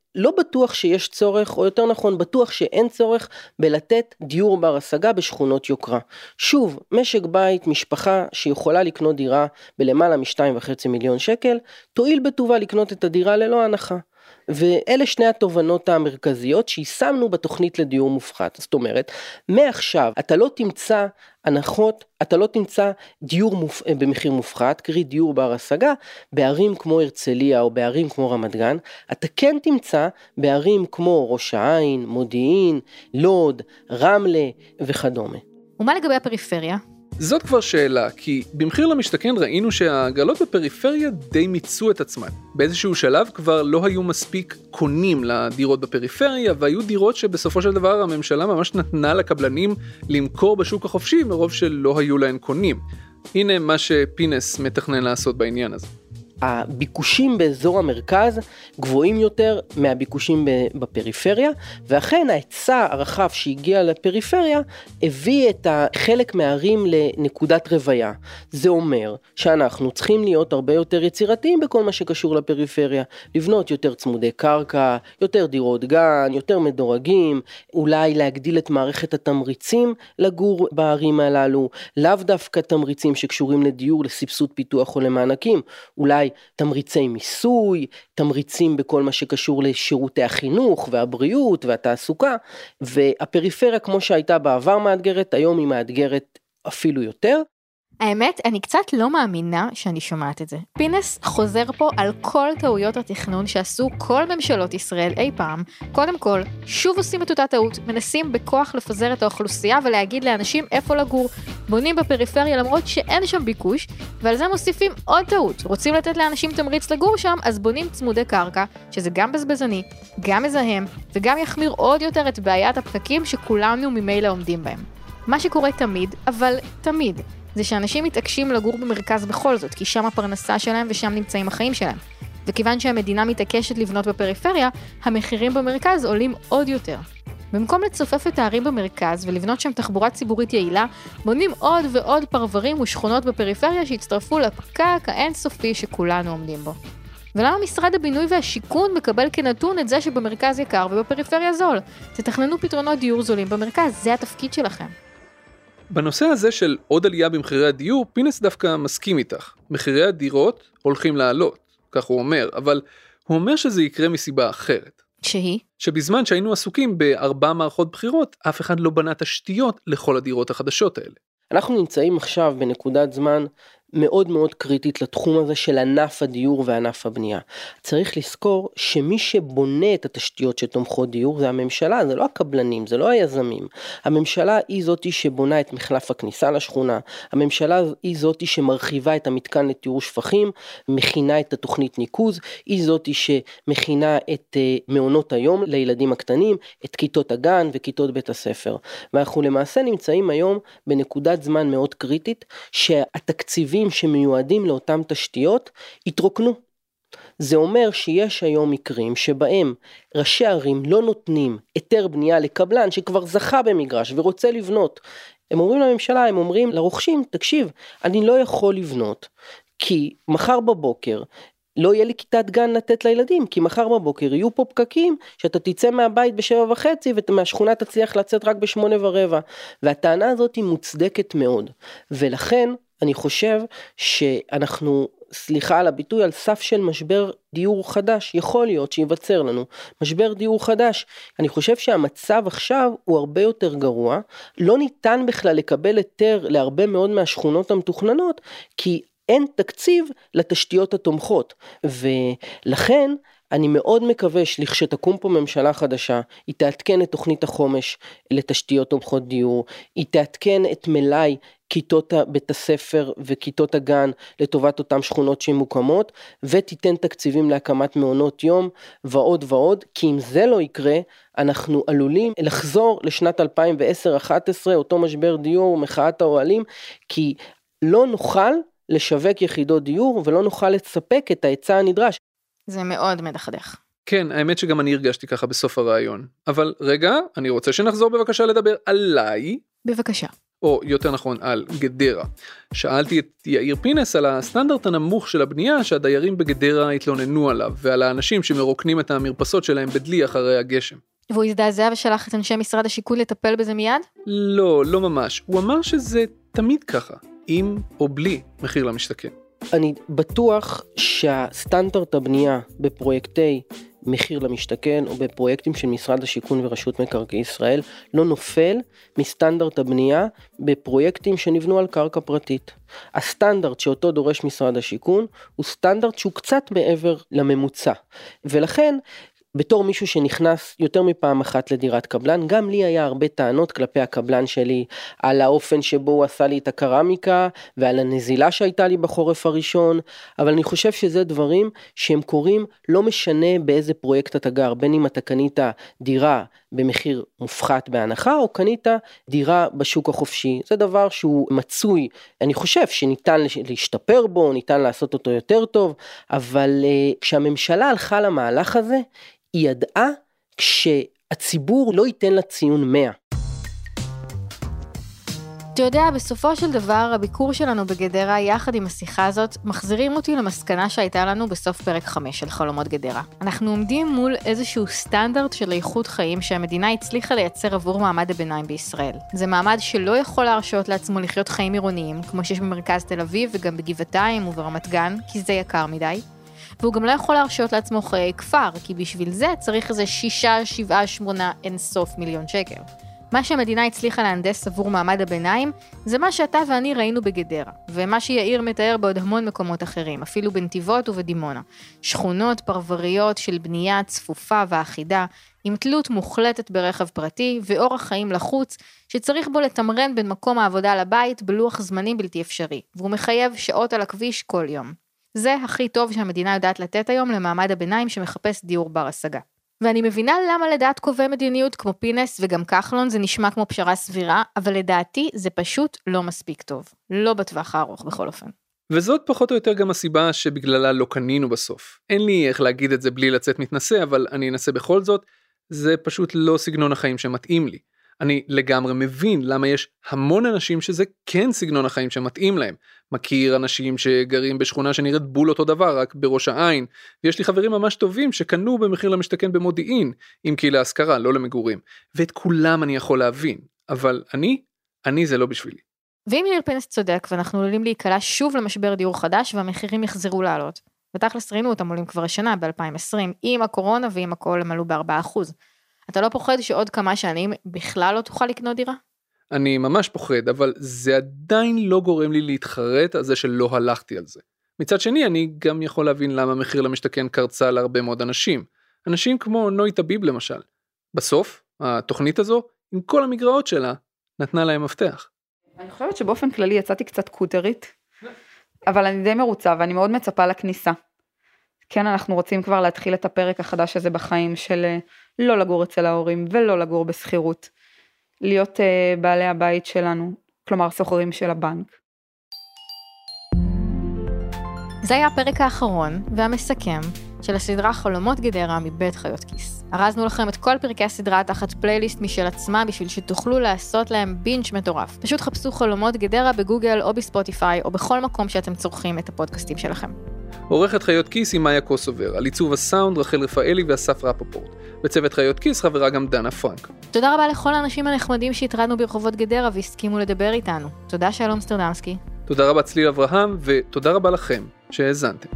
Speaker 9: לא בטוח שיש צורך, או יותר נכון, בטוח שאין צורך בלתת דיור בר השגה בשכונות יוקרה. שוב, משק בית, משפחה שיכולה לקנות דירה בלמעלה משתיים וחצי מיליון שקל, תועיל בטובה לקנות את הדירה ללא הנחה. ואלה שני התובנות המרכזיות שיישמנו בתוכנית לדיור מופחת. זאת אומרת, מעכשיו אתה לא תמצא הנחות, אתה לא תמצא דיור מופ... במחיר מופחת, קרי דיור בר השגה, בערים כמו הרצליה או בערים כמו רמת גן, אתה כן תמצא בערים כמו ראש העין, מודיעין, לוד, רמלה וכדומה.
Speaker 4: ומה לגבי הפריפריה?
Speaker 3: זאת כבר שאלה, כי במחיר למשתכן ראינו שההגרלות בפריפריה די מיצו את עצמן. באיזשהו שלב כבר לא היו מספיק קונים לדירות בפריפריה, והיו דירות שבסופו של דבר הממשלה ממש נתנה לקבלנים למכור בשוק החופשי, מרוב שלא היו להן קונים. הנה מה שפינס מתכנן לעשות בעניין הזה.
Speaker 9: הביקושים באזור המרכז גבוהים יותר מהביקושים בפריפריה, ואכן ההיצע הרחב שהגיע לפריפריה הביא את חלק מהערים לנקודת רוויה. זה אומר שאנחנו צריכים להיות הרבה יותר יצירתיים בכל מה שקשור לפריפריה, לבנות יותר צמודי קרקע, יותר דירות גן, יותר מדורגים, אולי להגדיל את מערכת התמריצים לגור בערים הללו, לאו דווקא תמריצים שקשורים לדיור, לסבסוד פיתוח או למענקים, אולי תמריצי מיסוי, תמריצים בכל מה שקשור לשירותי החינוך והבריאות והתעסוקה, והפריפריה כמו שהייתה בעבר מאתגרת, היום היא מאתגרת אפילו יותר.
Speaker 4: האמת, אני קצת לא מאמינה שאני שומעת את זה. פינס חוזר פה על כל טעויות התכנון שעשו כל ממשלות ישראל אי פעם. קודם כל, שוב עושים את אותה טעות, מנסים בכוח לפזר את האוכלוסייה ולהגיד לאנשים איפה לגור. בונים בפריפריה למרות שאין שם ביקוש, ועל זה מוסיפים עוד טעות. רוצים לתת לאנשים תמריץ לגור שם, אז בונים צמודי קרקע, שזה גם בזבזני, גם מזהם, וגם יחמיר עוד יותר את בעיית הפקקים שכולנו ממילא עומדים בהם. מה שקורה תמיד, אבל תמיד, זה שאנשים מתעקשים לגור במרכז בכל זאת, כי שם הפרנסה שלהם ושם נמצאים החיים שלהם. וכיוון שהמדינה מתעקשת לבנות בפריפריה, המחירים במרכז עולים עוד יותר. במקום לצופף את הערים במרכז ולבנות שם תחבורה ציבורית יעילה, בונים עוד ועוד פרברים ושכונות בפריפריה שהצטרפו לפקק האינסופי שכולנו עומדים בו. ולמה משרד הבינוי והשיכון מקבל כנתון את זה שבמרכז יקר ובפריפריה זול? תתכננו פתרונות דיור זולים במרכז, זה התפקיד שלכם.
Speaker 3: בנושא הזה של עוד עלייה במחירי הדיור, פינס דווקא מסכים איתך. מחירי הדירות הולכים לעלות, כך הוא אומר, אבל הוא אומר שזה יקרה מסיבה אחרת.
Speaker 4: שהיא?
Speaker 3: שבזמן שהיינו עסוקים בארבע מערכות בחירות, אף אחד לא בנה תשתיות לכל הדירות החדשות האלה.
Speaker 9: אנחנו נמצאים עכשיו בנקודת זמן מאוד מאוד קריטית לתחום הזה של ענף הדיור וענף הבנייה. צריך לזכור שמי שבונה את התשתיות שתומכות דיור זה הממשלה, זה לא הקבלנים, זה לא היזמים. הממשלה היא זאתי שבונה את מחלף הכניסה לשכונה, הממשלה היא זאתי שמרחיבה את המתקן לטיהור שפכים, מכינה את התוכנית ניקוז, היא זאתי שמכינה את מעונות היום לילדים הקטנים, את כיתות הגן וכיתות בית הספר. ואנחנו למעשה נמצאים היום בנקודת זמן מאוד קריטית שהתקציבים שמיועדים לאותם תשתיות יתרוקנו. זה אומר שיש היום מקרים שבהם ראשי ערים לא נותנים היתר בנייה לקבלן שכבר זכה במגרש ורוצה לבנות. הם אומרים לממשלה, הם אומרים לרוכשים, תקשיב, אני לא יכול לבנות, כי מחר בבוקר לא יהיה לי כיתת גן לתת לילדים, כי מחר בבוקר יהיו פה פקקים, שאתה תצא מהבית בשבע וחצי, ומהשכונה תצליח לצאת רק בשמונה ורבע. והטענה הזאת היא מוצדקת מאוד. ולכן אני חושב שאנחנו, סליחה על הביטוי, על סף של משבר דיור חדש, יכול להיות שיווצר לנו משבר דיור חדש. אני חושב שהמצב עכשיו הוא הרבה יותר גרוע, לא ניתן בכלל לקבל היתר להרבה מאוד מהשכונות המתוכננות, כי אין תקציב לתשתיות התומכות, ולכן אני מאוד מקווה שלכשתקום פה ממשלה חדשה, היא תעדכן את תוכנית החומש לתשתיות תומכות דיור, היא תעדכן את מלאי כיתות בית הספר וכיתות הגן לטובת אותם שכונות שמוקמות, ותיתן תקציבים להקמת מעונות יום ועוד ועוד, כי אם זה לא יקרה, אנחנו עלולים לחזור לשנת אלפיים ועשר אחת עשרה, אותו משבר דיור, מחאת האוהלים, כי לא נוכל לשווק יחידות דיור ולא נוכל לספק את ההיצע הנדרש.
Speaker 4: זה מאוד מדכדך.
Speaker 3: כן, האמת שגם אני הרגשתי ככה בסוף הרעיון. אבל רגע, אני רוצה שנחזור בבקשה לדבר עליי.
Speaker 4: בבקשה.
Speaker 3: או יותר נכון על גדרה. שאלתי את יאיר פינס על הסטנדרט הנמוך של הבנייה שהדיירים בגדרה התלוננו עליו, ועל האנשים שמרוקנים את המרפסות שלהם בדלי אחרי הגשם.
Speaker 4: והוא הזדעזע ושלח את אנשי משרד השיכון לטפל בזה מיד?
Speaker 3: לא, לא ממש. הוא אמר שזה תמיד ככה, עם או בלי מחיר למשתכן.
Speaker 9: אני בטוח שהסטנדרט הבנייה בפרויקטי מחיר למשתכן או בפרויקטים של משרד השיכון ורשות מקרקעי ישראל לא נופל מסטנדרט הבנייה בפרויקטים שנבנו על קרקע פרטית. הסטנדרט שאותו דורש משרד השיכון הוא סטנדרט שהוא קצת מעבר לממוצע, ולכן בתור מישהו שנכנס יותר מפעם אחת לדירת קבלן, גם לי היה הרבה טענות כלפי הקבלן שלי, על האופן שבו הוא עשה לי את הקרמיקה, ועל הנזילה שהייתה לי בחורף הראשון, אבל אני חושב שזה דברים שהם קורים, לא משנה באיזה פרויקט אתה גר, בין אם אתה קנית דירה במחיר מופחת בהנחה, או קנית דירה בשוק החופשי, זה דבר שהוא מצוי, אני חושב שניתן להשתפר בו, ניתן לעשות אותו יותר טוב, אבל כשהממשלה הלכה למהלך הזה, היא ידעה כשהציבור לא ייתן לה ציון מאה.
Speaker 4: אתה יודע, בסופו של דבר, הביקור שלנו בגדרה, יחד עם השיחה הזאת, מחזירים אותי למסקנה שהייתה לנו בסוף פרק חמש של חלומות גדרה. אנחנו עומדים מול איזשהו סטנדרט של איכות חיים שהמדינה הצליחה לייצר עבור מעמד הביניים בישראל. זה מעמד שלא יכול להרשות לעצמו לחיות חיים עירוניים, כמו שיש במרכז תל אביב וגם בגבעתיים וברמת גן, כי זה יקר מדי. והוא גם לא יכול להרשות לעצמו חיי כפר, כי בשביל זה צריך איזה שישה, שבעה, שמונה, אין סוף מיליון שקל. מה שהמדינה הצליחה להנדס עבור מעמד הביניים, זה מה שאתה ואני ראינו בגדרה, ומה שיאיר מתאר בעוד המון מקומות אחרים, אפילו בנתיבות ובדימונה. שכונות פרבריות של בנייה צפופה ואחידה, עם תלות מוחלטת ברכב פרטי, ואורח חיים לחוץ, שצריך בו לתמרן בין מקום העבודה לבית בלוח זמנים בלתי אפשרי, והוא מחייב שעות על הכביש כל יום. זה הכי טוב שהמדינה יודעת לתת היום למעמד הביניים שמחפש דיור בר השגה. ואני מבינה למה לדעת קובעי מדיניות כמו פינס וגם כחלון זה נשמע כמו פשרה סבירה, אבל לדעתי זה פשוט לא מספיק טוב. לא בטווח הארוך בכל אופן.
Speaker 3: וזאת פחות או יותר גם הסיבה שבגללה לא קנינו בסוף. אין לי איך להגיד את זה בלי לצאת מתנשא, אבל אני אנסה בכל זאת. זה פשוט לא סגנון החיים שמתאים לי. אני לגמרי מבין למה יש המון אנשים שזה כן סגנון החיים שמתאים להם. מכיר אנשים שגרים בשכונה שנראית בול אותו דבר, רק בראש העין, ויש לי חברים ממש טובים שקנו במחיר למשתכן במודיעין, אם כי להשכרה, לא למגורים. ואת כולם אני יכול להבין, אבל אני, אני זה לא בשבילי.
Speaker 4: ואם יאיר פינס צודק, ואנחנו עלולים להיקלע שוב למשבר דיור חדש, והמחירים יחזרו לעלות. ותכלס ראינו אותם עולים כבר השנה, ב-אלפיים ועשרים, עם הקורונה ועם הכל הם עלו ב-ארבעה אחוז. אתה לא פוחד שעוד כמה שנים בכלל לא תוכל לקנות דירה?
Speaker 3: אני ממש פוחד, אבל זה עדיין לא גורם לי להתחרט על זה שלא הלכתי על זה. מצד שני, אני גם יכול להבין למה מחיר למשתכן קרצה להרבה מאוד אנשים. אנשים כמו נוי טביב למשל. בסוף, התוכנית הזו, עם כל המגרעות שלה, נתנה להם מפתח.
Speaker 7: אני חושבת שבאופן כללי יצאתי קצת קוטרית, אבל אני די מרוצה ואני מאוד מצפה לכניסה. כן, אנחנו רוצים כבר להתחיל את הפרק החדש הזה בחיים של לא לגור אצל ההורים ולא לגור בסחירות. להיות uh, בעלי הבית שלנו, כלומר סוחרים של הבנק.
Speaker 4: זה היה הפרק האחרון והמסכם של הסדרה חלומות גדרה מבית חיות כיס. ארזנו לכם את כל פרקי הסדרה תחת פלייליסט משל עצמה בשביל שתוכלו לעשות להם בינג' מטורף. פשוט חפשו חלומות גדרה בגוגל או בספוטיפיי או בכל מקום שאתם צורכים את הפודקאסטים שלכם.
Speaker 3: עורכת חיות כיס היא מאיה קוסובר, על עיצוב הסאונד רחל רפאלי ואסף רפפורט. בצוות חיות כיס חברה גם דנה פרנק.
Speaker 4: תודה רבה לכל האנשים הנחמדים שהתרדנו ברחובות גדרה והסכימו לדבר איתנו. תודה שלום סטרדמסקי.
Speaker 3: תודה רבה צליל אברהם ותודה רבה לכם שהאזנתם.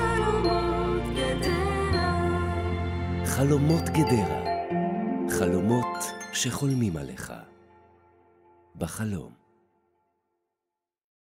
Speaker 10: חלומות גדרה, חלומות שחולמים עליך בחלום.